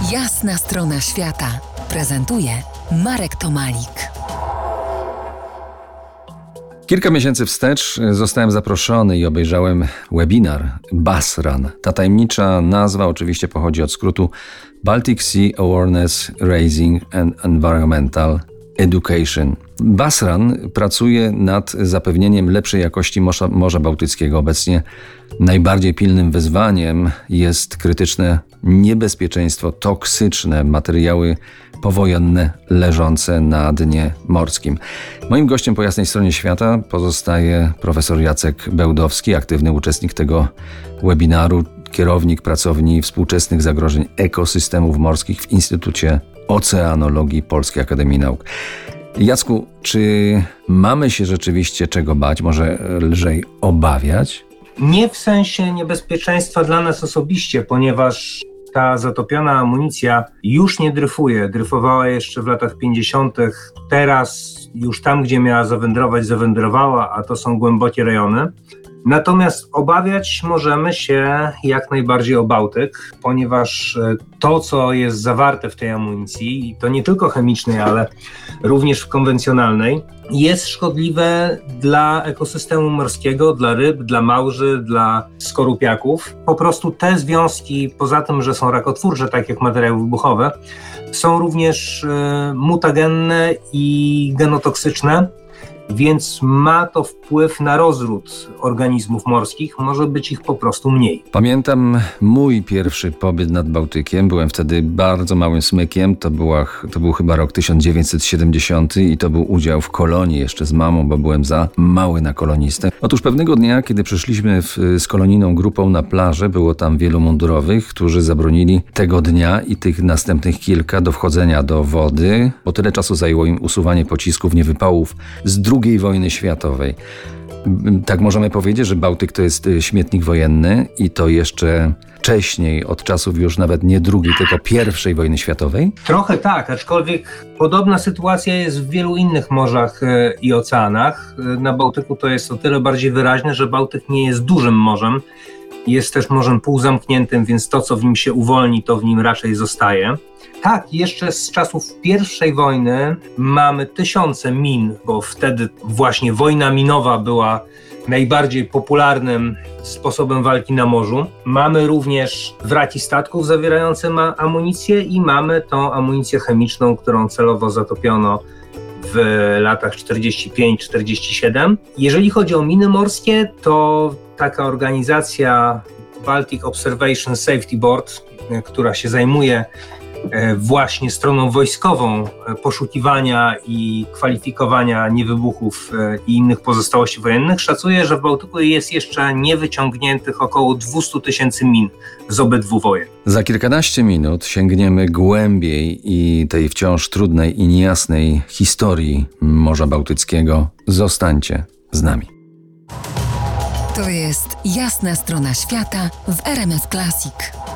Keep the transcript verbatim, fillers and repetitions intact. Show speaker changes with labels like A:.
A: Jasna strona świata prezentuje Marek Tomalik.
B: Kilka miesięcy wstecz zostałem zaproszony i obejrzałem webinar BASRUN. Ta tajemnicza nazwa oczywiście pochodzi od skrótu Baltic Sea Awareness Raising and Environmental Education. BASRUN pracuje nad zapewnieniem lepszej jakości Morza, Morza Bałtyckiego. Obecnie najbardziej pilnym wyzwaniem jest krytyczne niebezpieczeństwo, toksyczne materiały powojenne leżące na dnie morskim. Moim gościem po jasnej stronie świata pozostaje profesor Jacek Bełdowski, aktywny uczestnik tego webinaru, kierownik pracowni współczesnych zagrożeń ekosystemów morskich w Instytucie Oceanologii Polskiej Akademii Nauk. Jacku, czy mamy się rzeczywiście czego bać, może lżej obawiać?
C: Nie w sensie niebezpieczeństwa dla nas osobiście, ponieważ ta zatopiona amunicja już nie dryfuje. Dryfowała jeszcze w latach pięćdziesiątych. Teraz już tam, gdzie miała zawędrować, zawędrowała, a to są głębokie rejony. Natomiast obawiać możemy się jak najbardziej o Bałtyk, ponieważ to, co jest zawarte w tej amunicji, i to nie tylko chemicznej, ale również konwencjonalnej, jest szkodliwe dla ekosystemu morskiego, dla ryb, dla małży, dla skorupiaków. Po prostu te związki, poza tym, że są rakotwórcze, tak jak materiały wybuchowe, są również mutagenne i genotoksyczne, więc ma to wpływ na rozród organizmów morskich, może być ich po prostu mniej.
B: Pamiętam mój pierwszy pobyt nad Bałtykiem, byłem wtedy bardzo małym smykiem, to, była, to był chyba rok tysiąc dziewięćset siedemdziesiąty i to był udział w kolonii jeszcze z mamą, bo byłem za mały na kolonistę. Otóż pewnego dnia, kiedy przyszliśmy w, z kolonijną grupą na plażę, było tam wielu mundurowych, którzy zabronili tego dnia i tych następnych kilka do wchodzenia do wody, bo tyle czasu zajęło im usuwanie pocisków niewypałów z drugiej wojny światowej. Tak możemy powiedzieć, że Bałtyk to jest śmietnik wojenny i to jeszcze wcześniej, od czasów już nawet nie drugiej, tylko pierwszej wojny światowej?
C: Trochę tak, aczkolwiek podobna sytuacja jest w wielu innych morzach i oceanach. Na Bałtyku to jest o tyle bardziej wyraźne, że Bałtyk nie jest dużym morzem. Jest też morzem półzamkniętym, więc to, co w nim się uwolni, to w nim raczej zostaje. Tak, jeszcze z czasów pierwszej wojny mamy tysiące min, bo wtedy właśnie wojna minowa była najbardziej popularnym sposobem walki na morzu. Mamy również wraki statków zawierające ma- amunicję i mamy tą amunicję chemiczną, którą celowo zatopiono w latach czterdziestym piątym czterdziestym siódmym. Jeżeli chodzi o miny morskie, to taka organizacja Baltic Observation Safety Board, która się zajmuje właśnie stroną wojskową poszukiwania i kwalifikowania niewybuchów i innych pozostałości wojennych, szacuje, że w Bałtyku jest jeszcze niewyciągniętych około dwieście tysięcy min z obydwu wojen.
B: Za kilkanaście minut sięgniemy głębiej i tej wciąż trudnej i niejasnej historii Morza Bałtyckiego. Zostańcie z nami.
A: To jest Jasna strona świata w R M F Classic.